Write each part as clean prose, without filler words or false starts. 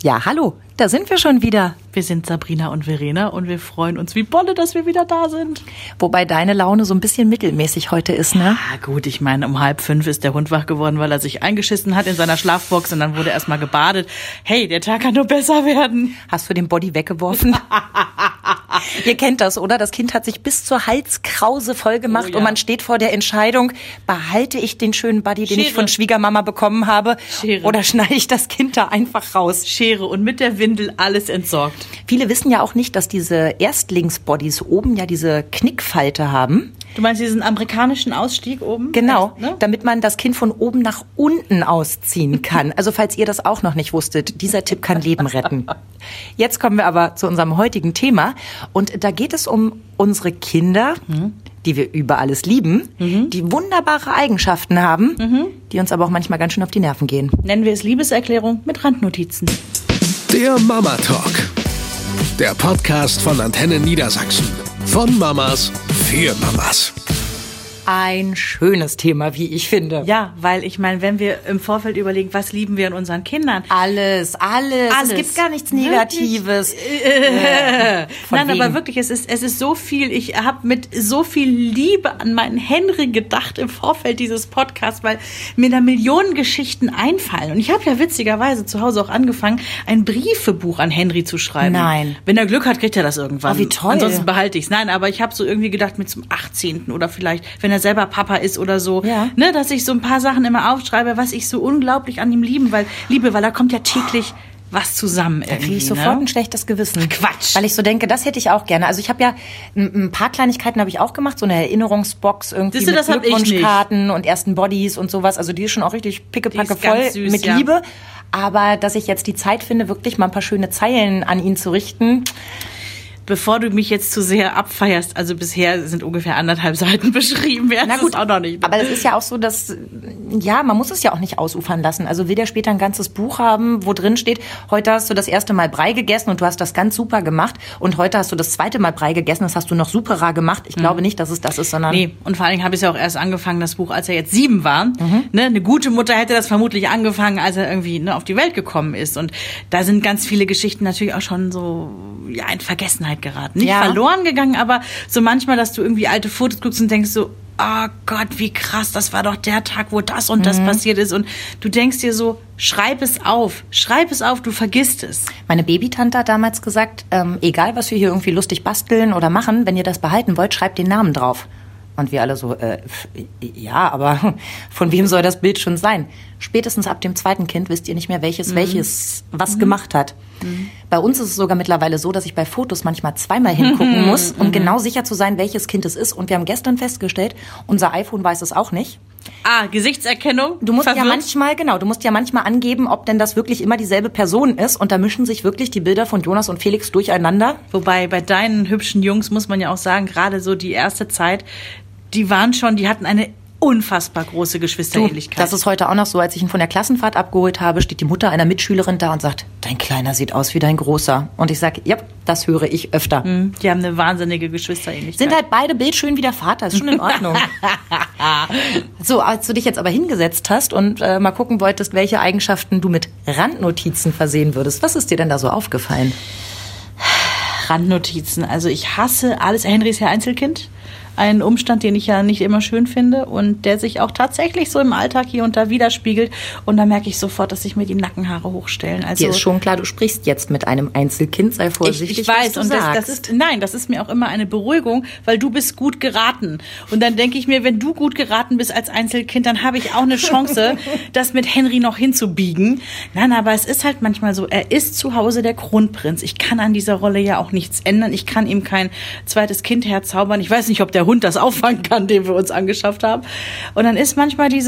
Ja, hallo, da sind wir schon wieder. Wir sind Sabrina und Verena und wir freuen uns wie Bolle, dass wir wieder da sind. Wobei deine Laune so ein bisschen mittelmäßig heute ist, ne? Ah, gut, ich meine, um 4:30 ist der Hund wach geworden, weil er sich eingeschissen hat in seiner Schlafbox und dann wurde erstmal gebadet. Hey, der Tag kann nur besser werden. Hast du den Body weggeworfen? Ihr kennt das, oder? Das Kind hat sich bis zur Halskrause voll gemacht und man steht vor der Entscheidung, behalte ich den schönen Body, den ich von Schwiegermama bekommen habe, oder schneide ich das Kind da einfach raus? Schere und mit der Windel alles entsorgt. Viele wissen ja auch nicht, dass diese Erstlingsbodies oben ja diese Knickfalte haben. Du meinst diesen amerikanischen Ausstieg oben? Genau, ne? Damit man das Kind von oben nach unten ausziehen kann. Also falls ihr das auch noch nicht wusstet, dieser Tipp kann Leben retten. Jetzt kommen wir aber zu unserem heutigen Thema. Und da geht es um unsere Kinder, die wir über alles lieben, die wunderbare Eigenschaften haben, die uns aber auch manchmal ganz schön auf die Nerven gehen. Nennen wir es Liebeserklärung mit Randnotizen. Der Mama Talk. Der Podcast von Antenne Niedersachsen. Von Mamas für Mamas. Ein schönes Thema, wie ich finde. Ja, weil ich meine, wenn wir im Vorfeld überlegen, was lieben wir an unseren Kindern? Alles. Es gibt gar nichts Negatives. Nein, aber wirklich, es ist so viel. Ich habe mit so viel Liebe an meinen Henry gedacht im Vorfeld dieses Podcasts, weil mir da Millionen Geschichten einfallen. Und ich habe ja witzigerweise zu Hause auch angefangen, ein Briefebuch an Henry zu schreiben. Nein. Wenn er Glück hat, kriegt er das irgendwann. Oh, wie toll. Ansonsten behalte ich es. Nein, aber ich habe so irgendwie gedacht, mit zum 18. oder vielleicht, wenn er selber Papa ist oder so, ne, dass ich so ein paar Sachen immer aufschreibe, was ich so unglaublich an ihm liebe, weil da kommt ja täglich was zusammen irgendwie. Da kriege ich sofort ein schlechtes Gewissen. Quatsch. Weil ich so denke, das hätte ich auch gerne. Also ich habe ja ein paar Kleinigkeiten habe ich auch gemacht, so eine Erinnerungsbox irgendwie mit Glückwunschkarten und ersten Bodies und sowas. Also die ist schon auch richtig pickepacke voll süß, mit Liebe. Aber dass ich jetzt die Zeit finde, wirklich mal ein paar schöne Zeilen an ihn zu richten. Bevor du mich jetzt zu sehr abfeierst, also bisher sind ungefähr 1,5 Seiten beschrieben. Na gut, auch noch nicht. Aber das ist ja auch so, dass, man muss es ja auch nicht ausufern lassen. Also will der später ein ganzes Buch haben, wo drin steht, heute hast du das erste Mal Brei gegessen und du hast das ganz super gemacht und heute hast du das zweite Mal Brei gegessen, das hast du noch superer gemacht. Ich glaube nicht, dass es das ist, sondern... Nee, und vor allen Dingen habe ich ja auch erst angefangen, das Buch, als er jetzt 7 war. Ne, eine gute Mutter hätte das vermutlich angefangen, als er irgendwie auf die Welt gekommen ist. Und da sind ganz viele Geschichten natürlich auch schon so in Vergessenheit geraten. Nicht verloren gegangen, aber so manchmal, dass du irgendwie alte Fotos guckst und denkst so, oh Gott, wie krass, das war doch der Tag, wo das und das passiert ist. Und du denkst dir so, schreib es auf, du vergisst es. Meine Babytante hat damals gesagt, egal was wir hier irgendwie lustig basteln oder machen, wenn ihr das behalten wollt, schreibt den Namen drauf. Und wir alle so, aber von wem soll das Bild schon sein? Spätestens ab dem zweiten Kind wisst ihr nicht mehr, welches was gemacht hat. Bei uns ist es sogar mittlerweile so, dass ich bei Fotos manchmal zweimal hingucken muss, um genau sicher zu sein, welches Kind es ist. Und wir haben gestern festgestellt, unser iPhone weiß es auch nicht. Gesichtserkennung. Du musst ja manchmal angeben, ob denn das wirklich immer dieselbe Person ist. Und da mischen sich wirklich die Bilder von Jonas und Felix durcheinander. Wobei bei deinen hübschen Jungs muss man ja auch sagen, gerade so die erste Zeit, die hatten eine unfassbar große Geschwisterähnlichkeit. Das ist heute auch noch so, als ich ihn von der Klassenfahrt abgeholt habe, steht die Mutter einer Mitschülerin da und sagt, dein Kleiner sieht aus wie dein Großer. Und ich sage, ja, das höre ich öfter. Die haben eine wahnsinnige Geschwisterähnlichkeit. Sind halt beide bildschön wie der Vater, ist schon in Ordnung. So, als du dich jetzt aber hingesetzt hast und mal gucken wolltest, welche Eigenschaften du mit Randnotizen versehen würdest, was ist dir denn da so aufgefallen? Randnotizen, also ich hasse alles. Henry ist ja Einzelkind. Ein Umstand, den ich ja nicht immer schön finde und der sich auch tatsächlich so im Alltag hier und da widerspiegelt. Und da merke ich sofort, dass sich mir die Nackenhaare hochstellen. Also, dir ist schon klar, du sprichst jetzt mit einem Einzelkind, sei vorsichtig. Ich weiß, und das ist mir auch immer eine Beruhigung, weil du bist gut geraten. Und dann denke ich mir, wenn du gut geraten bist als Einzelkind, dann habe ich auch eine Chance, das mit Henry noch hinzubiegen. Nein, aber es ist halt manchmal so, er ist zu Hause der Kronprinz. Ich kann an dieser Rolle ja auch nichts ändern. Ich kann ihm kein zweites Kind herzaubern. Ich weiß nicht, ob der Hund das auffangen kann, den wir uns angeschafft haben. Und dann ist manchmal ich,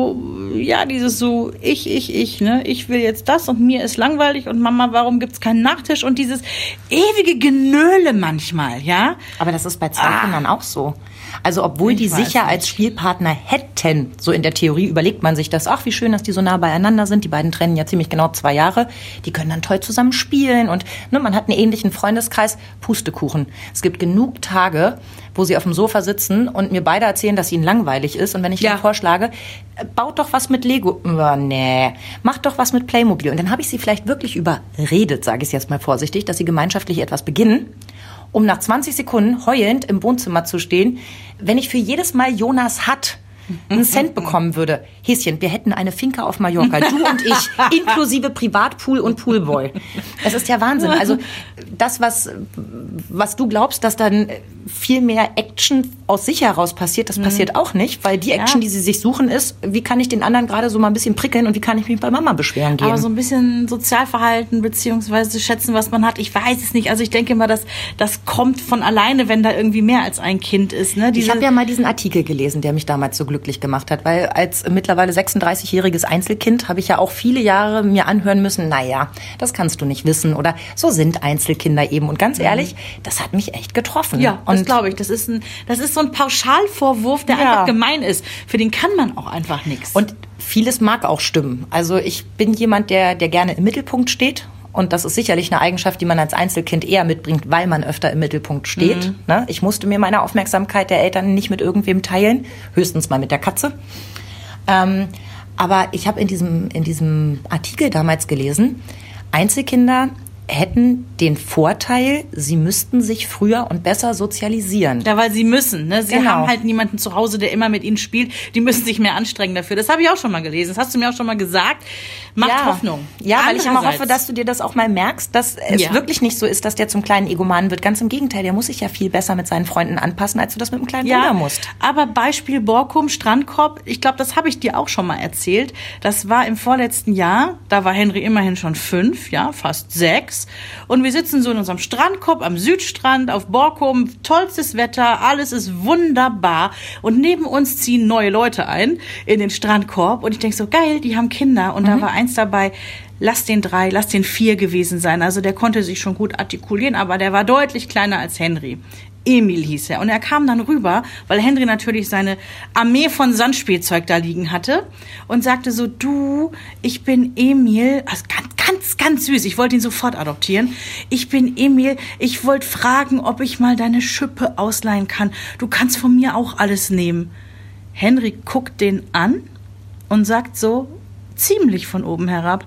ne? Ich will jetzt das und mir ist langweilig und Mama, warum gibt's keinen Nachtisch? Und dieses ewige Genöle manchmal, ja? Aber das ist bei 2 Kindern auch so. Also obwohl die sicher als Spielpartner hätten, so in der Theorie überlegt man sich das, ach wie schön, dass die so nah beieinander sind, die beiden trennen ja ziemlich genau 2 Jahre, die können dann toll zusammen spielen und man hat einen ähnlichen Freundeskreis, Pustekuchen. Es gibt genug Tage, wo sie auf dem Sofa sitzen und mir beide erzählen, dass ihnen langweilig ist und wenn ich ihnen vorschlage, baut doch was mit Lego, macht doch was mit Playmobil und dann habe ich sie vielleicht wirklich überredet, sage ich jetzt mal vorsichtig, dass sie gemeinschaftlich etwas beginnen, um nach 20 Sekunden heulend im Wohnzimmer zu stehen, wenn ich für jedes Mal Jonas hat einen Cent bekommen würde. Häschen, wir hätten eine Finca auf Mallorca, du und ich, inklusive Privatpool und Poolboy. Das ist ja Wahnsinn. Also das, was du glaubst, dass dann viel mehr Action aus sich heraus passiert, das passiert auch nicht, weil die Action, die sie sich suchen, ist, wie kann ich den anderen gerade so mal ein bisschen prickeln und wie kann ich mich bei Mama beschweren gehen. Aber so ein bisschen Sozialverhalten beziehungsweise schätzen, was man hat, ich weiß es nicht. Also ich denke immer, das kommt von alleine, wenn da irgendwie mehr als ein Kind ist. Ne? Ich habe ja mal diesen Artikel gelesen, der mich damals so glücklich gemacht hat, weil als mittlerweile 36-jähriges Einzelkind habe ich ja auch viele Jahre mir anhören müssen, naja, das kannst du nicht wissen oder so sind Einzelkinder eben. Und ganz ehrlich, das hat mich echt getroffen. Ja, das glaube ich. Das ist so ein Pauschalvorwurf, der einfach gemein ist. Für den kann man auch einfach nichts. Und vieles mag auch stimmen. Also ich bin jemand, der gerne im Mittelpunkt steht. Und das ist sicherlich eine Eigenschaft, die man als Einzelkind eher mitbringt, weil man öfter im Mittelpunkt steht. Ne? Ich musste mir meine Aufmerksamkeit der Eltern nicht mit irgendwem teilen, höchstens mal mit der Katze. Aber ich habe in diesem Artikel damals gelesen, Einzelkinder hätten den Vorteil, sie müssten sich früher und besser sozialisieren. Ja, weil sie müssen. Ne? Sie haben halt niemanden zu Hause, der immer mit ihnen spielt. Die müssen sich mehr anstrengen dafür. Das habe ich auch schon mal gelesen. Das hast du mir auch schon mal gesagt. Macht Hoffnung. Ja, weil ich immer hoffe, dass du dir das auch mal merkst, dass es wirklich nicht so ist, dass der zum kleinen Egomanen wird. Ganz im Gegenteil, der muss sich ja viel besser mit seinen Freunden anpassen, als du das mit dem kleinen Bruder musst. Aber Beispiel Borkum, Strandkorb, ich glaube, das habe ich dir auch schon mal erzählt. Das war im vorletzten Jahr. Da war Henry immerhin schon 5, fast 6. Und wir sitzen so in unserem Strandkorb am Südstrand auf Borkum, tollstes Wetter, alles ist wunderbar und neben uns ziehen neue Leute ein in den Strandkorb und ich denke so, geil, die haben Kinder und da war eins dabei, lass den 4 gewesen sein, also der konnte sich schon gut artikulieren, aber der war deutlich kleiner als Henry. Emil hieß er. Und er kam dann rüber, weil Henry natürlich seine Armee von Sandspielzeug da liegen hatte und sagte so, du, ich bin Emil, also ganz süß, ich wollte ihn sofort adoptieren. Ich bin Emil, ich wollte fragen, ob ich mal deine Schippe ausleihen kann. Du kannst von mir auch alles nehmen. Henry guckt den an und sagt so, ziemlich von oben herab,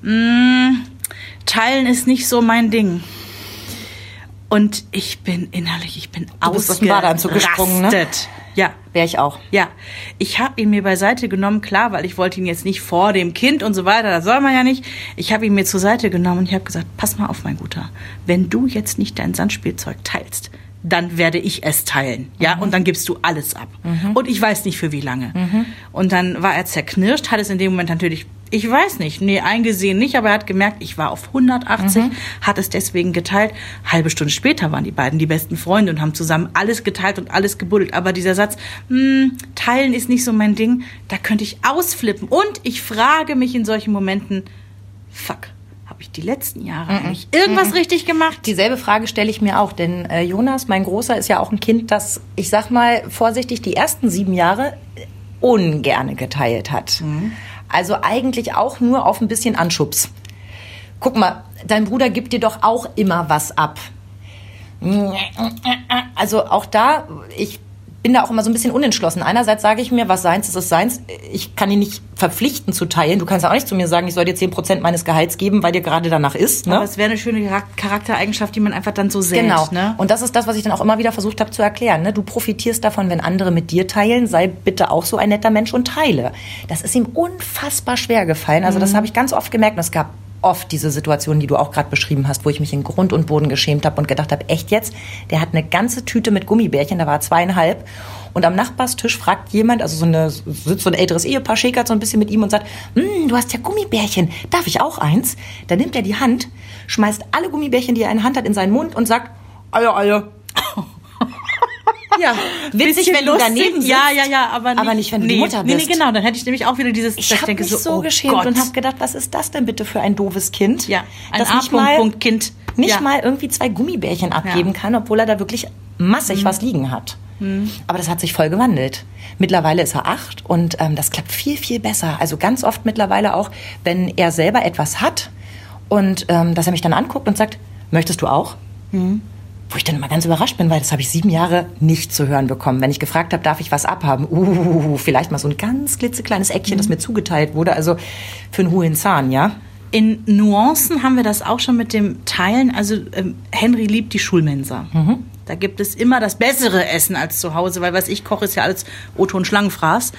teilen ist nicht so mein Ding. Und ich bin gesprungen, ne? Ja. Wäre ich auch. Ja. Ich habe ihn mir beiseite genommen, klar, weil ich wollte ihn jetzt nicht vor dem Kind und so weiter, das soll man ja nicht. Ich habe ihn mir zur Seite genommen und ich habe gesagt, pass mal auf, mein Guter, wenn du jetzt nicht dein Sandspielzeug teilst, dann werde ich es teilen, und dann gibst du alles ab. Und ich weiß nicht für wie lange. Und dann war er zerknirscht, hat es in dem Moment natürlich, ich weiß nicht, eingesehen nicht, aber er hat gemerkt, ich war auf 180, hat es deswegen geteilt. Halbe Stunde später waren die beiden die besten Freunde und haben zusammen alles geteilt und alles gebuddelt. Aber dieser Satz, teilen ist nicht so mein Ding, da könnte ich ausflippen. Und ich frage mich in solchen Momenten, fuck, habe ich die letzten Jahre eigentlich irgendwas richtig gemacht? Dieselbe Frage stelle ich mir auch, denn Jonas, mein Großer, ist ja auch ein Kind, das, ich sag mal vorsichtig, die ersten 7 Jahre ungerne geteilt hat. Also eigentlich auch nur auf ein bisschen Anschubs. Guck mal, dein Bruder gibt dir doch auch immer was ab. Also auch da, ich bin da auch immer so ein bisschen unentschlossen. Einerseits sage ich mir, was seins ist, ist seins. Ich kann ihn nicht verpflichten zu teilen. Du kannst auch nicht zu mir sagen, ich soll dir 10% meines Gehalts geben, weil dir gerade danach ist. Ne? Aber es wäre eine schöne Charaktereigenschaft, die man einfach dann so sieht. Genau. Ne? Und das ist das, was ich dann auch immer wieder versucht habe zu erklären. Ne? Du profitierst davon, wenn andere mit dir teilen. Sei bitte auch so ein netter Mensch und teile. Das ist ihm unfassbar schwer gefallen. Also das habe ich ganz oft gemerkt. Und es gab oft diese Situation, die du auch gerade beschrieben hast, wo ich mich in Grund und Boden geschämt habe und gedacht habe, echt jetzt? Der hat eine ganze Tüte mit Gummibärchen, da war 2,5. Und am Nachbarstisch fragt jemand, also sitzt so ein älteres Ehepaar, schäkert so ein bisschen mit ihm und sagt, du hast ja Gummibärchen, darf ich auch eins? Dann nimmt er die Hand, schmeißt alle Gummibärchen, die er in der Hand hat, in seinen Mund und sagt, Eier. Ja, witzig, wenn du daneben sitzt. Ja, aber nicht, wenn du die Mutter bist. Nee, genau, dann hätte ich nämlich auch wieder dieses... Ich habe mich so geschämt und habe gedacht, was ist das denn bitte für ein doofes Kind? Ja, ein das A-Punkt-Kind. Nicht mal irgendwie 2 Gummibärchen abgeben kann, obwohl er da wirklich massig was liegen hat. Aber das hat sich voll gewandelt. Mittlerweile ist er 8 und das klappt viel, viel besser. Also ganz oft mittlerweile auch, wenn er selber etwas hat und dass er mich dann anguckt und sagt, möchtest du auch? Wo ich dann immer ganz überrascht bin, weil das habe ich 7 Jahre nicht zu hören bekommen. Wenn ich gefragt habe, darf ich was abhaben? Vielleicht mal so ein ganz klitzekleines Eckchen, das mir zugeteilt wurde. Also für einen hohen Zahn, ja? In Nuancen haben wir das auch schon mit dem Teilen. Also Henry liebt die Schulmensa. Da gibt es immer das bessere Essen als zu Hause, weil was ich koche, ist ja alles O-Ton Schlangenfraß.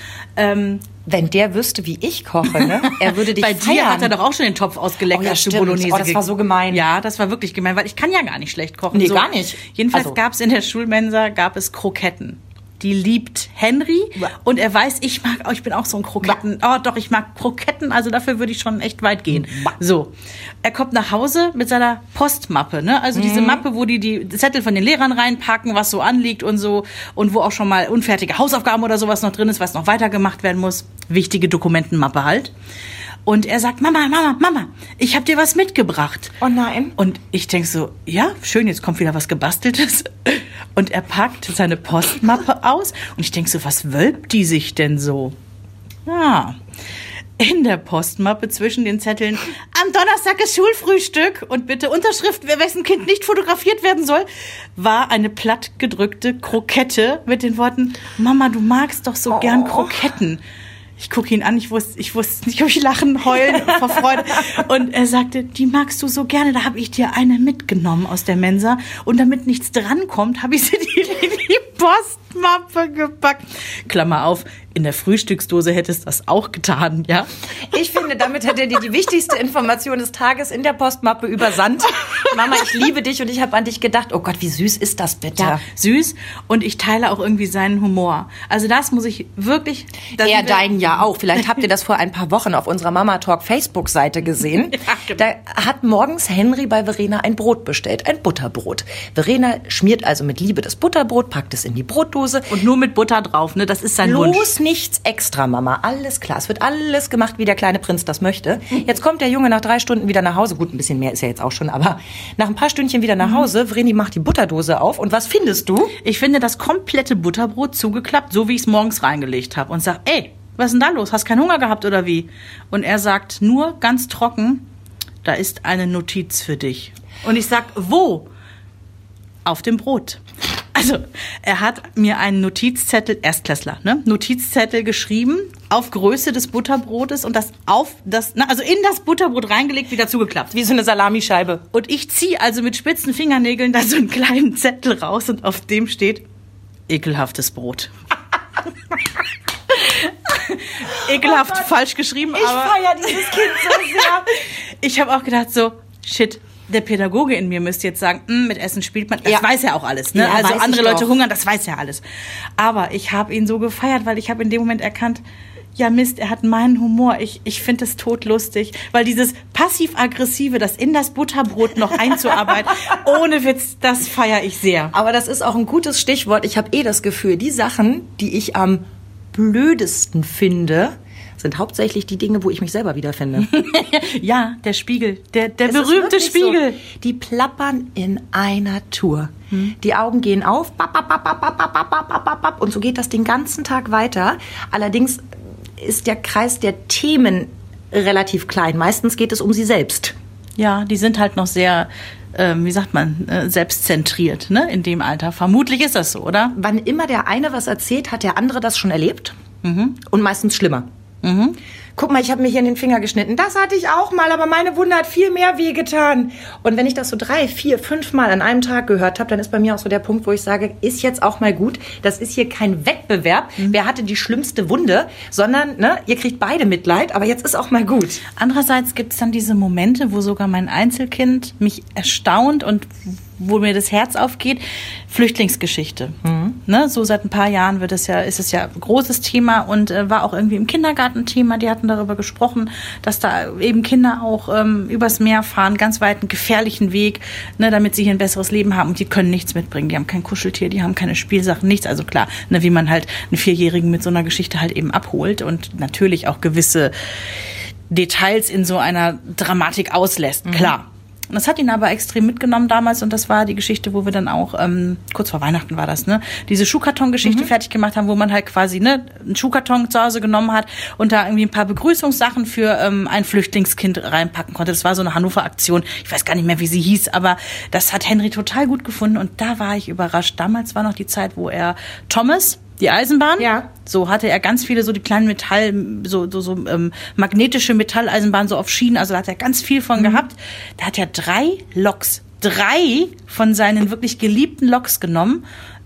Wenn der wüsste, wie ich koche, ne? Er würde dich Bei feiern. dir hat er doch auch schon den Topf ausgeleckt, als du Bolognese. Oh, das war so gemein. Ja, das war wirklich gemein, weil ich kann ja gar nicht schlecht kochen. Nee, gar nicht. Jedenfalls Also. gab es in der Schulmensa Kroketten. Die liebt Henry und er weiß, ich bin auch so ein Kroketten. Oh, doch, ich mag Kroketten, also dafür würde ich schon echt weit gehen. So, er kommt nach Hause mit seiner Postmappe, ne? Also diese Mappe, wo die Zettel von den Lehrern reinpacken, was so anliegt und so und wo auch schon mal unfertige Hausaufgaben oder sowas noch drin ist, was noch weitergemacht werden muss. Wichtige Dokumentenmappe halt. Und er sagt, Mama, ich habe dir was mitgebracht. Oh nein. Und ich denk so, ja, schön, jetzt kommt wieder was Gebasteltes. Und er packt seine Postmappe aus. Und ich denk so, was wölbt die sich denn so? Ja, in der Postmappe zwischen den Zetteln, am Donnerstag ist Schulfrühstück und bitte Unterschrift, wessen Kind nicht fotografiert werden soll, war eine plattgedrückte Krokette mit den Worten, Mama, du magst doch so gern Kroketten. Ich gucke ihn an, ich wusste nicht, ob ich lachen, heulen vor Freude. Und er sagte, die magst du so gerne, da habe ich dir eine mitgenommen aus der Mensa. Und damit nichts drankommt, habe ich sie in die Postmappe gepackt. Klammer auf, in der Frühstücksdose hättest du das auch getan, ja? Ich finde, damit hat er dir die wichtigste Information des Tages in der Postmappe übersandt. Mama, ich liebe dich und ich habe an dich gedacht. Oh Gott, wie süß ist das bitte? Ja, süß. Und ich teile auch irgendwie seinen Humor. Also das muss ich wirklich... Er deinen ja auch. Vielleicht habt ihr das vor ein paar Wochen auf unserer Mama Talk Facebook-Seite gesehen. Ja, genau. Da hat morgens Henry bei Verena ein Brot bestellt, ein Butterbrot. Verena schmiert also mit Liebe das Butterbrot, packt es in die Brotdose. Und nur mit Butter drauf, ne? Das ist sein Wunsch. Bloß nichts extra, Mama. Alles klar. Es wird alles gemacht, wie der kleine Prinz das möchte. Jetzt kommt der Junge nach 3 Stunden wieder nach Hause. Gut, ein bisschen mehr ist ja jetzt auch schon, aber nach ein paar Stündchen wieder nach Hause. Vreni macht die Butterdose auf. Und was findest du? Ich finde das komplette Butterbrot zugeklappt, so wie ich es morgens reingelegt habe. Und sag, ey, was ist denn da los? Hast keinen Hunger gehabt oder wie? Und er sagt nur ganz trocken, da ist eine Notiz für dich. Und ich sag, wo? Auf dem Brot. Also, er hat mir einen Notizzettel, Erstklässler, ne? Notizzettel geschrieben, auf Größe des Butterbrotes und also in das Butterbrot reingelegt, wieder zugeklappt. Wie so eine Salamischeibe. Und ich ziehe also mit spitzen Fingernägeln da so einen kleinen Zettel raus und auf dem steht, ekelhaftes Brot. Ekelhaft, falsch geschrieben, Ich aber... feiere dieses Kind so sehr. Ich habe auch gedacht so, shit, der Pädagoge in mir müsste jetzt sagen, mit Essen spielt man, das weiß er auch alles. Ne? Ja, also weiß andere ich Leute doch. hungern, das weiß er alles. Aber ich habe ihn so gefeiert, weil ich habe in dem Moment erkannt, ja Mist, er hat meinen Humor. Ich finde es todlustig, weil dieses passiv-aggressive, das in das Butterbrot noch einzuarbeiten, ohne Witz, das feiere ich sehr. Aber das ist auch ein gutes Stichwort. Ich habe das Gefühl, die Sachen, die ich am blödesten finde, sind hauptsächlich die Dinge, wo ich mich selber wiederfinde. Ja, der Spiegel, der Es ist berühmte wirklich Spiegel. So. Die plappern in einer Tour. Die Augen gehen auf, bap, bap, bap, bap, bap, bap, bap, bap, bap, und so geht das den ganzen Tag weiter. Allerdings ist der Kreis der Themen relativ klein. Meistens geht es um sie selbst. Ja, die sind halt noch sehr, wie sagt man, selbstzentriert, ne, in dem Alter. Vermutlich ist das so, oder? Wann immer der eine was erzählt, hat der andere das schon erlebt. Und meistens schlimmer. Guck mal, ich habe mir hier in den Finger geschnitten. Das hatte ich auch mal, aber meine Wunde hat viel mehr wehgetan. Und wenn ich das so 3, 4, 5 Mal an einem Tag gehört habe, dann ist bei mir auch so der Punkt, wo ich sage, ist jetzt auch mal gut. Das ist hier kein Wettbewerb. Wer hatte die schlimmste Wunde? Sondern, ne, ihr kriegt beide Mitleid, aber jetzt ist auch mal gut. Andererseits gibt es dann diese Momente, wo sogar mein Einzelkind mich erstaunt und wo mir das Herz aufgeht. Flüchtlingsgeschichte. Ne, so seit ein paar Jahren ist es ja ein großes Thema und war auch irgendwie im Kindergarten Thema. Die hatten darüber gesprochen, dass da eben Kinder auch übers Meer fahren, ganz weit einen gefährlichen Weg, ne, damit sie hier ein besseres Leben haben. Und die können nichts mitbringen. Die haben kein Kuscheltier, die haben keine Spielsachen, nichts. Also klar, ne, wie man halt einen 4-Jährigen mit so einer Geschichte halt eben abholt und natürlich auch gewisse Details in so einer Dramatik auslässt. Klar. Das hat ihn aber extrem mitgenommen damals und das war die Geschichte, wo wir dann auch, kurz vor Weihnachten war das, ne, diese Schuhkarton-Geschichte fertig gemacht haben, wo man halt quasi, ne, einen Schuhkarton zu Hause genommen hat und da irgendwie ein paar Begrüßungssachen für ein Flüchtlingskind reinpacken konnte. Das war so eine Hannover-Aktion. Ich weiß gar nicht mehr, wie sie hieß, aber das hat Henry total gut gefunden und da war ich überrascht. Damals war noch die Zeit, wo er Thomas, die Eisenbahn. Ja. So hatte er ganz viele so die kleinen magnetische Metalleisenbahnen so auf Schienen. Also da hat er ganz viel von gehabt. Da hat er 3 von seinen wirklich geliebten Loks genommen.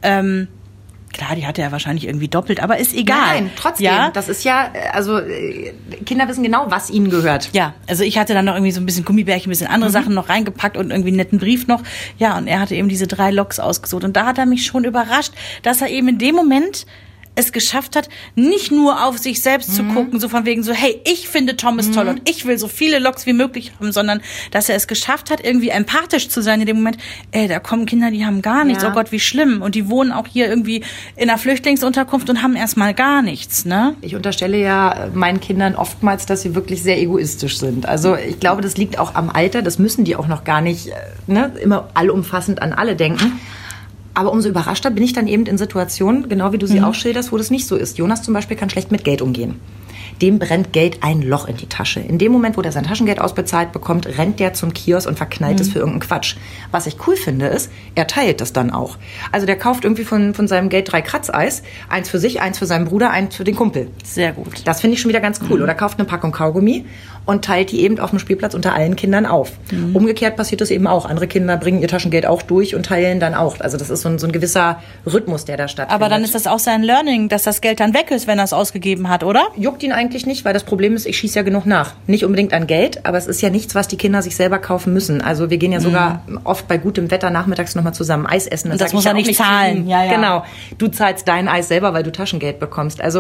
Klar, die hatte er wahrscheinlich irgendwie doppelt, aber ist egal. Nein, trotzdem. Ja? Das ist ja, also Kinder wissen genau, was ihnen gehört. Ja, also ich hatte dann noch irgendwie so ein bisschen Gummibärchen, ein bisschen andere Sachen noch reingepackt und irgendwie einen netten Brief noch. Ja, und er hatte eben diese 3 Loks ausgesucht. Und da hat er mich schon überrascht, dass er eben in dem Moment es geschafft hat, nicht nur auf sich selbst zu gucken, so von wegen so, hey, ich finde Thomas toll und ich will so viele Loks wie möglich haben, sondern dass er es geschafft hat, irgendwie empathisch zu sein in dem Moment, da kommen Kinder, die haben gar nichts, oh Gott, wie schlimm. Und die wohnen auch hier irgendwie in einer Flüchtlingsunterkunft und haben erstmal gar nichts, ne? Ich unterstelle ja meinen Kindern oftmals, dass sie wirklich sehr egoistisch sind. Also ich glaube, das liegt auch am Alter, das müssen die auch noch gar nicht immer allumfassend an alle denken. Aber umso überraschter bin ich dann eben in Situationen, genau wie du sie auch schilderst, wo das nicht so ist. Jonas zum Beispiel kann schlecht mit Geld umgehen. Dem brennt Geld ein Loch in die Tasche. In dem Moment, wo der sein Taschengeld ausbezahlt bekommt, rennt der zum Kiosk und verknallt es für irgendeinen Quatsch. Was ich cool finde, ist, er teilt das dann auch. Also der kauft irgendwie von seinem Geld 3 Kratzeis. 1 für sich, 1 für seinen Bruder, 1 für den Kumpel. Sehr gut. Das finde ich schon wieder ganz cool. Oder kauft eine Packung Kaugummi und teilt die eben auf dem Spielplatz unter allen Kindern auf. Umgekehrt passiert das eben auch. Andere Kinder bringen ihr Taschengeld auch durch und teilen dann auch. Also das ist so ein gewisser Rhythmus, der da stattfindet. Aber dann ist das auch sein Learning, dass das Geld dann weg ist, wenn er es ausgegeben hat, oder? Juckt ihn eigentlich nicht, weil das Problem ist, ich schieße ja genug nach. Nicht unbedingt an Geld, aber es ist ja nichts, was die Kinder sich selber kaufen müssen. Also wir gehen ja sogar oft bei gutem Wetter nachmittags nochmal zusammen Eis essen. Und das muss er nicht zahlen. Ja. Genau. Du zahlst dein Eis selber, weil du Taschengeld bekommst. Also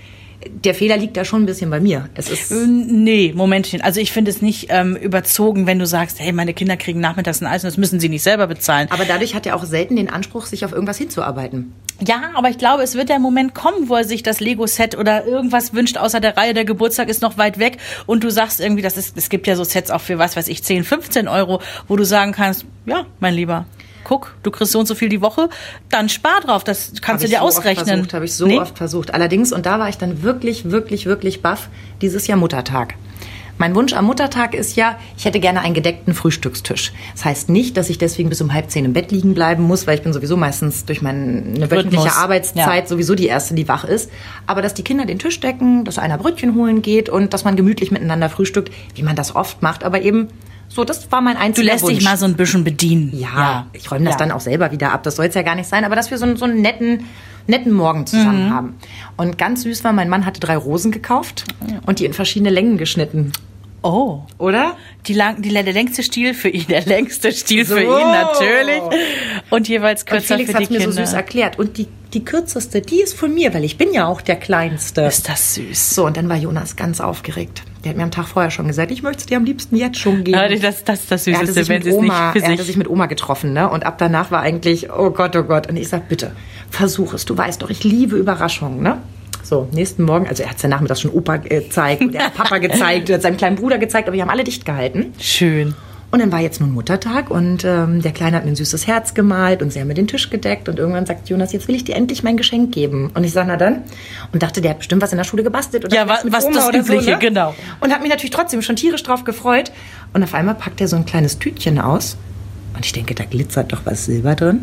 der Fehler liegt da schon ein bisschen bei mir. Es ist nee, Momentchen. Also ich finde es nicht überzogen, wenn du sagst, hey, meine Kinder kriegen nachmittags ein Eis und das müssen sie nicht selber bezahlen. Aber dadurch hat er auch selten den Anspruch, sich auf irgendwas hinzuarbeiten. Ja, aber ich glaube, es wird der Moment kommen, wo er sich das Lego-Set oder irgendwas wünscht, außer der Reihe, der Geburtstag ist noch weit weg und du sagst irgendwie, es gibt ja so Sets auch für, was weiß ich, 10, 15 Euro, wo du sagen kannst, ja, mein Lieber, guck, du kriegst so und so viel die Woche, dann spar drauf, das kannst du dir ausrechnen. Habe ich so oft versucht. Allerdings, und da war ich dann wirklich, wirklich, wirklich baff, dieses Jahr Muttertag. Mein Wunsch am Muttertag ist ja, ich hätte gerne einen gedeckten Frühstückstisch. Das heißt nicht, dass ich deswegen bis um 9:30 im Bett liegen bleiben muss, weil ich bin sowieso meistens durch meine wöchentliche Arbeitszeit sowieso die Erste, die wach ist. Aber dass die Kinder den Tisch decken, dass einer Brötchen holen geht und dass man gemütlich miteinander frühstückt, wie man das oft macht, aber eben so, das war mein einziger Wunsch. Du lässt dich mal so ein bisschen bedienen. Ja. Ich räume das dann auch selber wieder ab. Das soll es ja gar nicht sein. Aber dass wir so einen netten Morgen zusammen haben. Und ganz süß war, mein Mann hatte 3 Rosen gekauft und die in verschiedene Längen geschnitten. Oh. Oder? Der längste Stiel für ihn, der längste Stiel für ihn natürlich. Und jeweils kürzer für die Kinder. Felix hat mir so süß erklärt. Und die kürzeste, die ist von mir, weil ich bin ja auch der Kleinste. Ist das süß. So, und dann war Jonas ganz aufgeregt. Der hat mir am Tag vorher schon gesagt, ich möchte es dir am liebsten jetzt schon geben. Das ist das Süßeste, wenn sie es nicht für sich... Er hatte sich mit Oma getroffen, ne? Und ab danach war eigentlich, oh Gott, oh Gott. Und ich sag, bitte, versuch es. Du weißt doch, ich liebe Überraschungen, ne? So, nächsten Morgen, also er hat es ja nachmittags schon Opa gezeigt und er hat Papa gezeigt, er hat seinem kleinen Bruder gezeigt, aber wir haben alle dicht gehalten. Schön. Und dann war jetzt nun Muttertag und der Kleine hat mir ein süßes Herz gemalt und sie haben mir den Tisch gedeckt und irgendwann sagt Jonas, jetzt will ich dir endlich mein Geschenk geben. Und ich sage, na dann. Und dachte, der hat bestimmt was in der Schule gebastelt. Oder ja, was das Übliche, so, ne? Genau. Und hat mich natürlich trotzdem schon tierisch drauf gefreut. Und auf einmal packt er so ein kleines Tütchen aus und ich denke, da glitzert doch was Silber drin.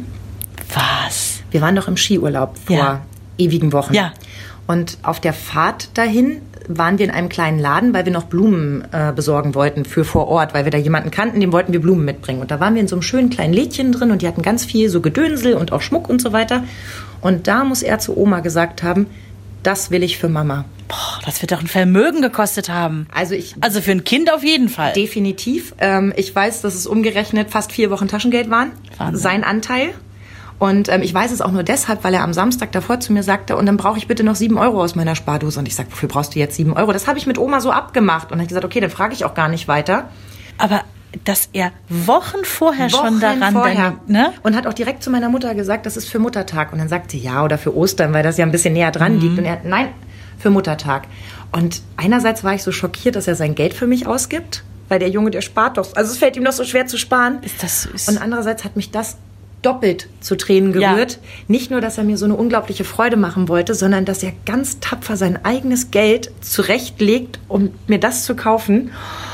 Was? Wir waren doch im Skiurlaub vor ewigen Wochen. Ja. Und auf der Fahrt dahin waren wir in einem kleinen Laden, weil wir noch Blumen besorgen wollten für vor Ort, weil wir da jemanden kannten, dem wollten wir Blumen mitbringen. Und da waren wir in so einem schönen kleinen Lädchen drin und die hatten ganz viel so Gedönsel und auch Schmuck und so weiter. Und da muss er zu Oma gesagt haben, das will ich für Mama. Boah, das wird doch ein Vermögen gekostet haben. Also für ein Kind auf jeden Fall. Definitiv. Ich weiß, dass es umgerechnet fast 4 Wochen Taschengeld waren. Wahnsinn. Sein Anteil. Und ich weiß es auch nur deshalb, weil er am Samstag davor zu mir sagte, und dann brauche ich bitte noch 7 Euro aus meiner Spardose. Und ich sage, wofür brauchst du jetzt 7 Euro? Das habe ich mit Oma so abgemacht. Und dann habe ich gesagt, okay, dann frage ich auch gar nicht weiter. Aber dass er Wochen vorher schon daran denkt, ne? Und hat auch direkt zu meiner Mutter gesagt, das ist für Muttertag. Und dann sagt sie, ja, oder für Ostern, weil das ja ein bisschen näher dran liegt. Und er hat, nein, für Muttertag. Und einerseits war ich so schockiert, dass er sein Geld für mich ausgibt. weil der Junge, der spart doch. Also es fällt ihm doch so schwer zu sparen. Ist das süß. Und andererseits hat mich das doppelt zu Tränen gerührt. Ja. Nicht nur, dass er mir so eine unglaubliche Freude machen wollte, sondern dass er ganz tapfer sein eigenes Geld zurechtlegt, um mir das zu kaufen.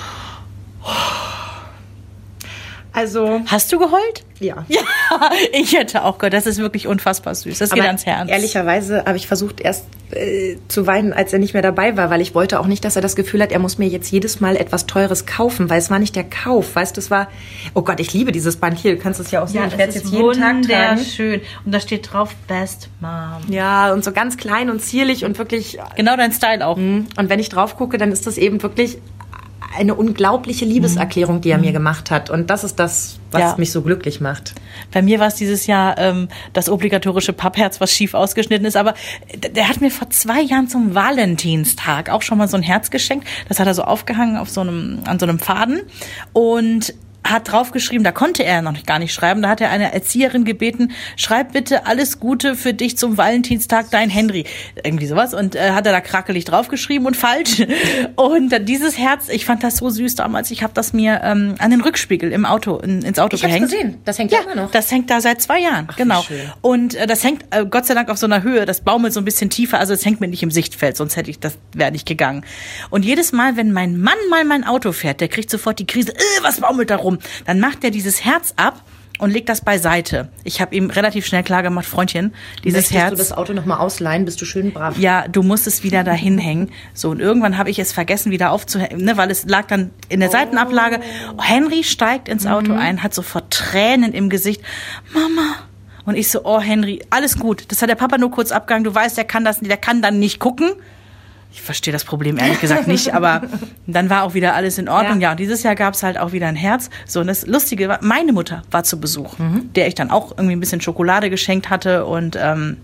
Also. Hast du geheult? Ja. Ja, ich hätte auch geheult. Das ist wirklich unfassbar süß. Das geht ans Herz. Ehrlicherweise habe ich versucht, erst zu weinen, als er nicht mehr dabei war, weil ich wollte auch nicht, dass er das Gefühl hat, er muss mir jetzt jedes Mal etwas Teures kaufen, weil es war nicht der Kauf. Weißt du, es war, oh Gott, ich liebe dieses Band hier. Du kannst es ja auch sehen. Ja, ich werde es jetzt jeden Tag tragen. Schön. Und da steht drauf Best Mom. Ja, und so ganz klein und zierlich und wirklich. Genau dein Style auch. Und wenn ich drauf gucke, dann ist das eben wirklich eine unglaubliche Liebeserklärung, die er mir gemacht hat. Und das ist das, was mich so glücklich macht. Bei mir war es dieses Jahr das obligatorische Pappherz, was schief ausgeschnitten ist. Aber der hat mir vor 2 Jahren zum Valentinstag auch schon mal so ein Herz geschenkt. Das hat er so aufgehangen an so einem Faden. Und hat draufgeschrieben, da konnte er noch gar nicht schreiben, da hat er eine Erzieherin gebeten, schreib bitte alles Gute für dich zum Valentinstag, dein Henry. Irgendwie sowas. Und hat er da krackelig draufgeschrieben und falsch. Und dieses Herz, ich fand das so süß damals, ich habe das mir an den Rückspiegel im Auto, ins Auto gehängt. Ich hab's gesehen, das hängt ja immer noch. Das hängt da seit 2 Jahren, ach, genau. Schön. Und das hängt Gott sei Dank auf so einer Höhe, das baumelt so ein bisschen tiefer, also es hängt mir nicht im Sichtfeld, sonst wäre nicht gegangen. Und jedes Mal, wenn mein Mann mal mein Auto fährt, der kriegt sofort die Krise, was baumelt da rum? Dann macht er dieses Herz ab und legt das beiseite. Ich habe ihm relativ schnell klar gemacht, Freundchen, dieses Herz. Möchtest du das Auto nochmal ausleihen? Bist du schön brav? Ja, du musst es wieder dahin hängen. So, und irgendwann habe ich es vergessen, wieder aufzuhängen, ne, weil es lag dann in der Seitenablage. Henry steigt ins Auto ein, hat sofort Tränen im Gesicht. Mama. Und ich so, oh Henry, alles gut. Das hat der Papa nur kurz abgegangen. Du weißt, der kann dann nicht gucken. Ich verstehe das Problem ehrlich gesagt nicht, aber dann war auch wieder alles in Ordnung. Ja, und dieses Jahr gab es halt auch wieder ein Herz. So, und das Lustige war, meine Mutter war zu Besuch, der ich dann auch irgendwie ein bisschen Schokolade geschenkt hatte. Und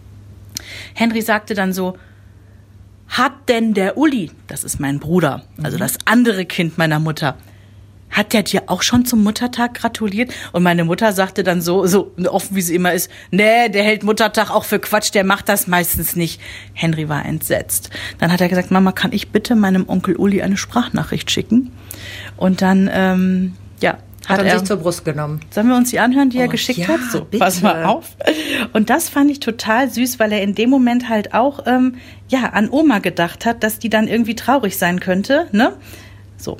Henry sagte dann so, hat denn der Uli, das ist mein Bruder, also das andere Kind meiner Mutter, hat der dir auch schon zum Muttertag gratuliert? Und meine Mutter sagte dann so offen wie sie immer ist, nee, der hält Muttertag auch für Quatsch, der macht das meistens nicht. Henry war entsetzt. Dann hat er gesagt, Mama, kann ich bitte meinem Onkel Uli eine Sprachnachricht schicken? Und dann, hat er sich zur Brust genommen. Sollen wir uns die anhören, die er geschickt hat? So, bitte. Pass mal auf. Und das fand ich total süß, weil er in dem Moment halt auch, an Oma gedacht hat, dass die dann irgendwie traurig sein könnte, ne? So.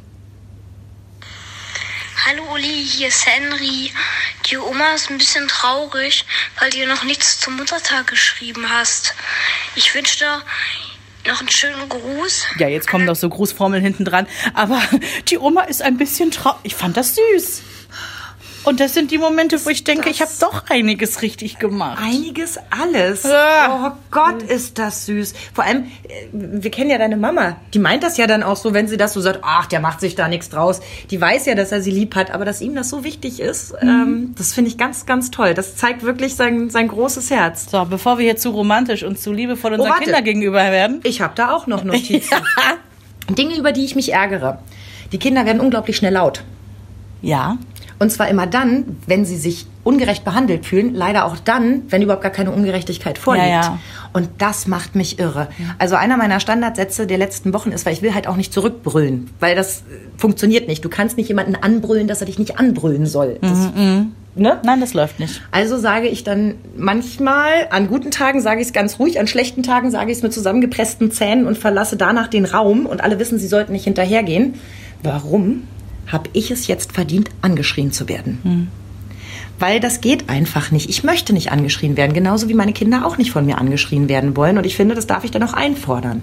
Hallo Uli, hier ist Henry. Die Oma ist ein bisschen traurig, weil du ihr noch nichts zum Muttertag geschrieben hast. Ich wünsche dir noch einen schönen Gruß. Ja, jetzt kommen noch so Grußformeln hinten dran. Aber die Oma ist ein bisschen traurig. Ich fand das süß. Und das sind die Momente, wo ich denke, ich habe doch einiges richtig gemacht. Einiges, alles. Ja. Oh Gott, ist das süß. Vor allem, wir kennen ja deine Mama. Die meint das ja dann auch so, wenn sie das so sagt, ach, der macht sich da nichts draus. Die weiß ja, dass er sie lieb hat, aber dass ihm das so wichtig ist, das finde ich ganz, ganz toll. Das zeigt wirklich sein großes Herz. So, bevor wir hier zu romantisch und zu liebevoll unseren Kindern gegenüber werden. Ich habe da auch noch Notizen. Dinge, über die ich mich ärgere. Die Kinder werden unglaublich schnell laut. Ja. Und zwar immer dann, wenn sie sich ungerecht behandelt fühlen, leider auch dann, wenn überhaupt gar keine Ungerechtigkeit vorliegt. Ja. Und das macht mich irre. Also einer meiner Standardsätze der letzten Wochen ist, weil ich will halt auch nicht zurückbrüllen, weil das funktioniert nicht. Du kannst nicht jemanden anbrüllen, dass er dich nicht anbrüllen soll. Ne? Nein, das läuft nicht. Also sage ich dann manchmal, an guten Tagen sage ich es ganz ruhig, an schlechten Tagen sage ich es mit zusammengepressten Zähnen und verlasse danach den Raum und alle wissen, sie sollten nicht hinterhergehen. Warum? Habe ich es jetzt verdient, angeschrien zu werden. Weil das geht einfach nicht. Ich möchte nicht angeschrien werden, genauso wie meine Kinder auch nicht von mir angeschrien werden wollen. Und ich finde, das darf ich dann auch einfordern.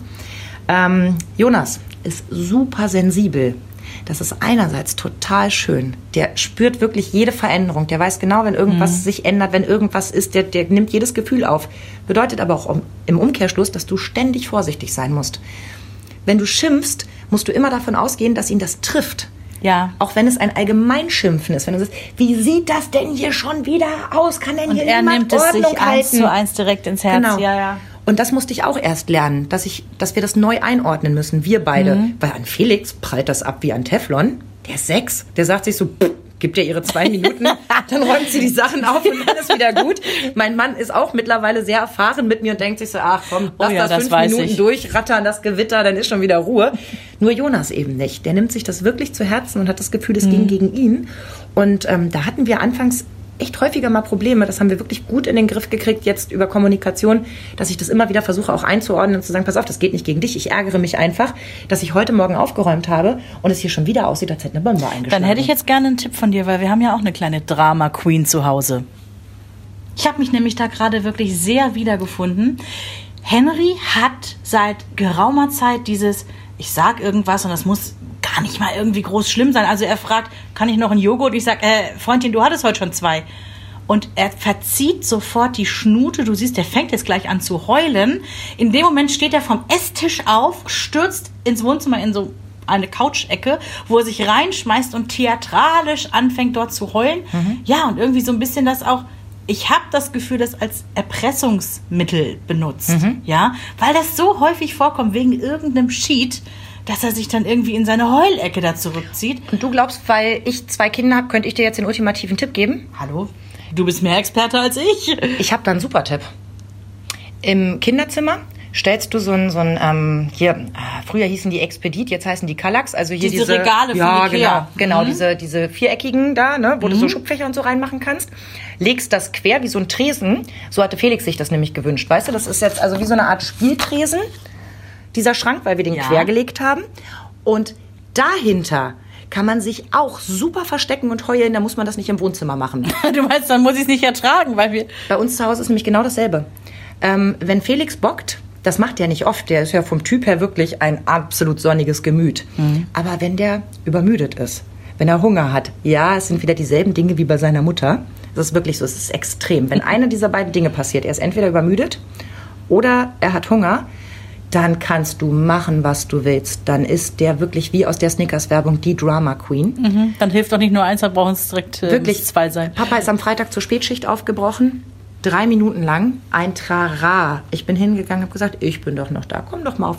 Jonas ist super sensibel. Das ist einerseits total schön. Der spürt wirklich jede Veränderung. Der weiß genau, wenn irgendwas sich ändert, wenn irgendwas ist, der nimmt jedes Gefühl auf. Bedeutet aber auch im Umkehrschluss, dass du ständig vorsichtig sein musst. Wenn du schimpfst, musst du immer davon ausgehen, dass ihn das trifft. Ja. Auch wenn es ein Allgemeinschimpfen ist. Wenn du sagst, wie sieht das denn hier schon wieder aus? Kann denn hier niemand Ordnung halten? Und er nimmt es sich 1:1 direkt ins Herz. Genau. Ja. Und das musste ich auch erst lernen, dass wir das neu einordnen müssen, wir beide. Weil an Felix prallt das ab wie an Teflon. Der ist 6. Der sagt sich so, gibt ihr ihre 2 Minuten, dann räumt sie die Sachen auf und dann ist wieder gut. Mein Mann ist auch mittlerweile sehr erfahren mit mir und denkt sich so, ach komm, lass das 5 Minuten durchrattern, das Gewitter, dann ist schon wieder Ruhe. Nur Jonas eben nicht. Der nimmt sich das wirklich zu Herzen und hat das Gefühl, es ging gegen ihn. Und da hatten wir anfangs echt häufiger mal Probleme. Das haben wir wirklich gut in den Griff gekriegt, jetzt über Kommunikation, dass ich das immer wieder versuche auch einzuordnen und zu sagen, pass auf, das geht nicht gegen dich. Ich ärgere mich einfach, dass ich heute Morgen aufgeräumt habe und es hier schon wieder aussieht, als hätte eine Bombe eingeschlagen. Dann hätte ich jetzt gerne einen Tipp von dir, weil wir haben ja auch eine kleine Drama-Queen zu Hause. Ich habe mich nämlich da gerade wirklich sehr wiedergefunden. Henry hat seit geraumer Zeit dieses, ich sag irgendwas und das muss gar nicht mal irgendwie groß schlimm sein. Also er fragt, kann ich noch einen Joghurt? Ich sag, Freundchen, du hattest heute schon 2. Und er verzieht sofort die Schnute. Du siehst, der fängt jetzt gleich an zu heulen. In dem Moment steht er vom Esstisch auf, stürzt ins Wohnzimmer in so eine Couch-Ecke, wo er sich reinschmeißt und theatralisch anfängt dort zu heulen. Ja, und irgendwie so ein bisschen das auch, ich habe das Gefühl, das als Erpressungsmittel benutzt. Ja, weil das so häufig vorkommt, wegen irgendeinem Cheat, dass er sich dann irgendwie in seine Heulecke da zurückzieht. Und du glaubst, weil ich 2 Kinder habe, könnte ich dir jetzt den ultimativen Tipp geben? Hallo? Du bist mehr Experte als ich. Ich habe da einen super Tipp. Im Kinderzimmer stellst du früher hießen die Expedit, jetzt heißen die Kallax, also hier diese Regale von Ikea. Genau, diese viereckigen da, ne, wo du so Schubfächer und so reinmachen kannst, legst das quer wie so ein Tresen, so hatte Felix sich das nämlich gewünscht, weißt du, das ist jetzt also wie so eine Art Spieltresen, dieser Schrank, weil wir den quergelegt haben. Und dahinter kann man sich auch super verstecken und heulen. Da muss man das nicht im Wohnzimmer machen. Du meinst, dann muss ich es nicht ertragen, weil wir... Bei uns zu Hause ist nämlich genau dasselbe. Wenn Felix bockt, das macht er nicht oft. Der ist ja vom Typ her wirklich ein absolut sonniges Gemüt. Aber wenn der übermüdet ist, wenn er Hunger hat, ja, es sind wieder dieselben Dinge wie bei seiner Mutter. Das ist wirklich so, es ist extrem. Wenn einer dieser beiden Dinge passiert, er ist entweder übermüdet oder er hat Hunger, dann kannst du machen, was du willst. Dann ist der wirklich wie aus der Snickers-Werbung die Drama Queen. Dann hilft doch nicht nur eins, da brauchen es direkt wirklich 2 sein. Papa ist am Freitag zur Spätschicht aufgebrochen. 3 Minuten lang ein Trara. Ich bin hingegangen, habe gesagt, ich bin doch noch da, komm doch mal auf.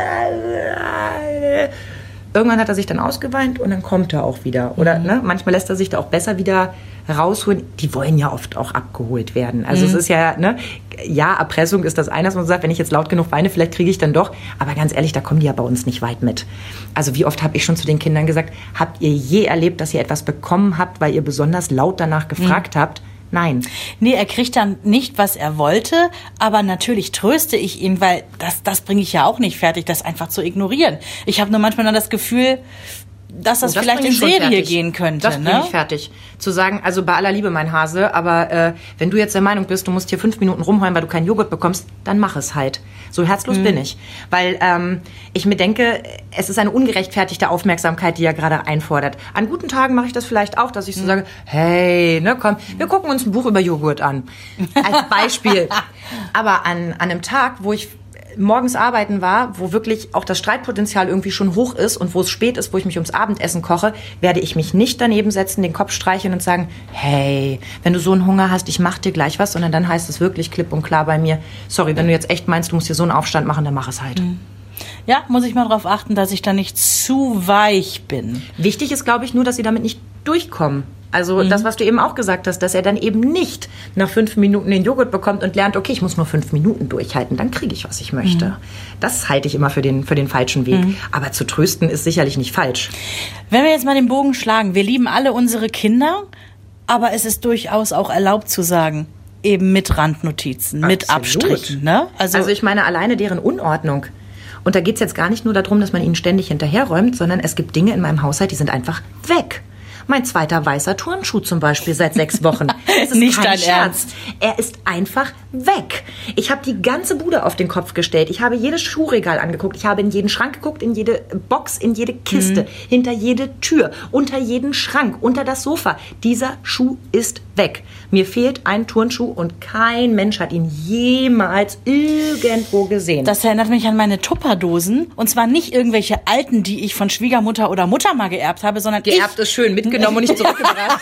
Irgendwann hat er sich dann ausgeweint und dann kommt er auch wieder. Oder manchmal lässt er sich da auch besser wieder rausholen. Die wollen ja oft auch abgeholt werden. Also es ist ja, Erpressung ist das eine, dass man sagt, wenn ich jetzt laut genug weine, vielleicht kriege ich dann doch. Aber ganz ehrlich, da kommen die ja bei uns nicht weit mit. Also wie oft habe ich schon zu den Kindern gesagt, habt ihr je erlebt, dass ihr etwas bekommen habt, weil ihr besonders laut danach gefragt habt? Nein. Nee, er kriegt dann nicht, was er wollte, aber natürlich tröste ich ihn, weil das bringe ich ja auch nicht fertig, das einfach zu ignorieren. Ich habe nur manchmal dann das Gefühl, dass das vielleicht in Serie gehen könnte. Das bringe ich fertig. Zu sagen, also bei aller Liebe, mein Hase, aber wenn du jetzt der Meinung bist, du musst hier 5 Minuten rumheulen, weil du keinen Joghurt bekommst, dann mach es halt. So herzlos bin ich. Weil ich mir denke, es ist eine ungerechtfertigte Aufmerksamkeit, die er gerade einfordert. An guten Tagen mache ich das vielleicht auch, dass ich so sage, hey, komm, wir gucken uns ein Buch über Joghurt an. Als Beispiel. Aber an einem Tag, wo ich morgens arbeiten war, wo wirklich auch das Streitpotenzial irgendwie schon hoch ist und wo es spät ist, wo ich mich ums Abendessen koche, werde ich mich nicht daneben setzen, den Kopf streicheln und sagen, hey, wenn du so einen Hunger hast, ich mach dir gleich was, sondern dann heißt es wirklich klipp und klar bei mir, sorry, wenn du jetzt echt meinst, du musst hier so einen Aufstand machen, dann mach es halt. Ja, muss ich mal darauf achten, dass ich da nicht zu weich bin. Wichtig ist, glaube ich, nur, dass sie damit nicht durchkommen. Also das, was du eben auch gesagt hast, dass er dann eben nicht nach 5 Minuten den Joghurt bekommt und lernt, okay, ich muss nur 5 Minuten durchhalten, dann kriege ich, was ich möchte. Das halte ich immer für den falschen Weg. Aber zu trösten ist sicherlich nicht falsch. Wenn wir jetzt mal den Bogen schlagen, wir lieben alle unsere Kinder, aber es ist durchaus auch erlaubt zu sagen, eben mit Randnotizen, mit Abstrichen. Ne? Also ich meine, alleine deren Unordnung. Und da geht es jetzt gar nicht nur darum, dass man ihnen ständig hinterherräumt, sondern es gibt Dinge in meinem Haushalt, die sind einfach weg. Mein 2. weißer Turnschuh zum Beispiel seit 6 Wochen. Es ist nicht kein dein Scherz. Ernst. Er ist einfach weg. Ich habe die ganze Bude auf den Kopf gestellt. Ich habe jedes Schuhregal angeguckt. Ich habe in jeden Schrank geguckt, in jede Box, in jede Kiste, hinter jede Tür, unter jeden Schrank, unter das Sofa. Dieser Schuh ist weg. Mir fehlt ein Turnschuh und kein Mensch hat ihn jemals irgendwo gesehen. Das erinnert mich an meine Tupperdosen. Und zwar nicht irgendwelche alten, die ich von Schwiegermutter oder Mutter mal geerbt habe, sondern geerbt ist schön, mitgenommen und nicht zurückgebracht.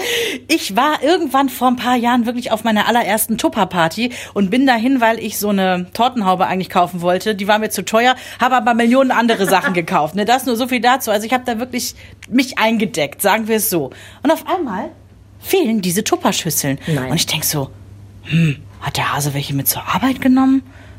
Ich war irgendwann vor ein paar Jahren wirklich auf meiner allerersten Tupperparty und bin dahin, weil ich so eine Tortenhaube eigentlich kaufen wollte. Die war mir zu teuer, habe aber Millionen andere Sachen gekauft. Ne, das nur so viel dazu. Also ich habe da wirklich mich eingedeckt, sagen wir es so. Und auf einmal fehlen diese Tupperschüsseln. Nein. Und ich denk so, hat der Hase welche mit zur Arbeit genommen?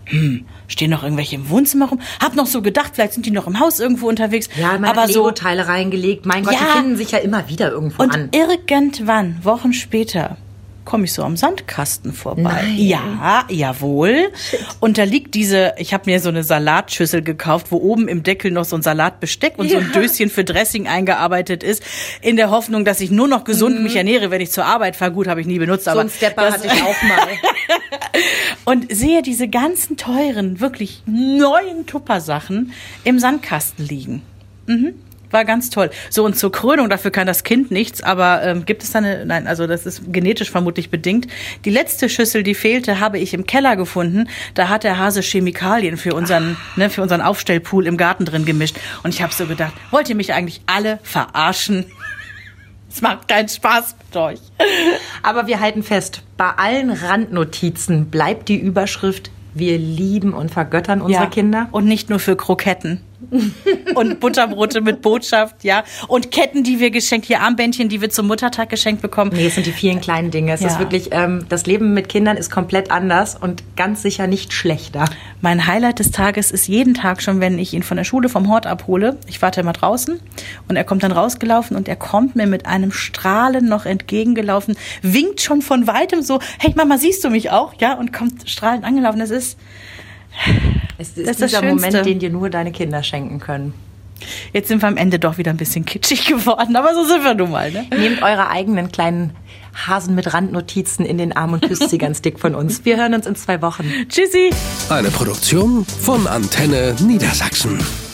stehen noch irgendwelche im Wohnzimmer rum? Hab noch so gedacht, vielleicht sind die noch im Haus irgendwo unterwegs. Ja, man aber hat Lego-Teile reingelegt. Mein Gott, die finden sich ja immer wieder irgendwo an. Und irgendwann, Wochen später, komme ich so am Sandkasten vorbei. Nein. Ja, jawohl. Shit. Und da liegt ich habe mir so eine Salatschüssel gekauft, wo oben im Deckel noch so ein Salatbesteck und so ein Döschen für Dressing eingearbeitet ist, in der Hoffnung, dass ich nur noch gesund mich ernähre, wenn ich zur Arbeit fahre. Gut, habe ich nie benutzt. So aber ein Stepper hatte ich auch mal. Und sehe diese ganzen teuren, wirklich neuen Tuppersachen im Sandkasten liegen. War ganz toll. So, und zur Krönung, dafür kann das Kind nichts, aber gibt es da nein, also das ist genetisch vermutlich bedingt. Die letzte Schüssel, die fehlte, habe ich im Keller gefunden. Da hat der Hase Chemikalien für unseren Aufstellpool im Garten drin gemischt. Und ich habe so gedacht, wollt ihr mich eigentlich alle verarschen? Es macht keinen Spaß mit euch. Aber wir halten fest, bei allen Randnotizen bleibt die Überschrift: Wir lieben und vergöttern unsere Kinder. Und nicht nur für Kroketten. Und Butterbrote mit Botschaft, ja. Und Ketten, die wir geschenkt, hier Armbändchen, die wir zum Muttertag geschenkt bekommen. Nee, es sind die vielen kleinen Dinge. Es ist wirklich, das Leben mit Kindern ist komplett anders und ganz sicher nicht schlechter. Mein Highlight des Tages ist jeden Tag schon, wenn ich ihn von der Schule vom Hort abhole. Ich warte immer draußen und er kommt dann rausgelaufen und er kommt mir mit einem Strahlen noch entgegengelaufen, winkt schon von weitem so, hey Mama, siehst du mich auch? Ja, und kommt strahlend angelaufen. Es ist dieser Moment, den dir nur deine Kinder schenken können. Jetzt sind wir am Ende doch wieder ein bisschen kitschig geworden, aber so sind wir nun mal. Ne? Nehmt eure eigenen kleinen Hasen mit Randnotizen in den Arm und küsst sie ganz dick von uns. Wir hören uns in 2 Wochen. Tschüssi. Eine Produktion von Antenne Niedersachsen.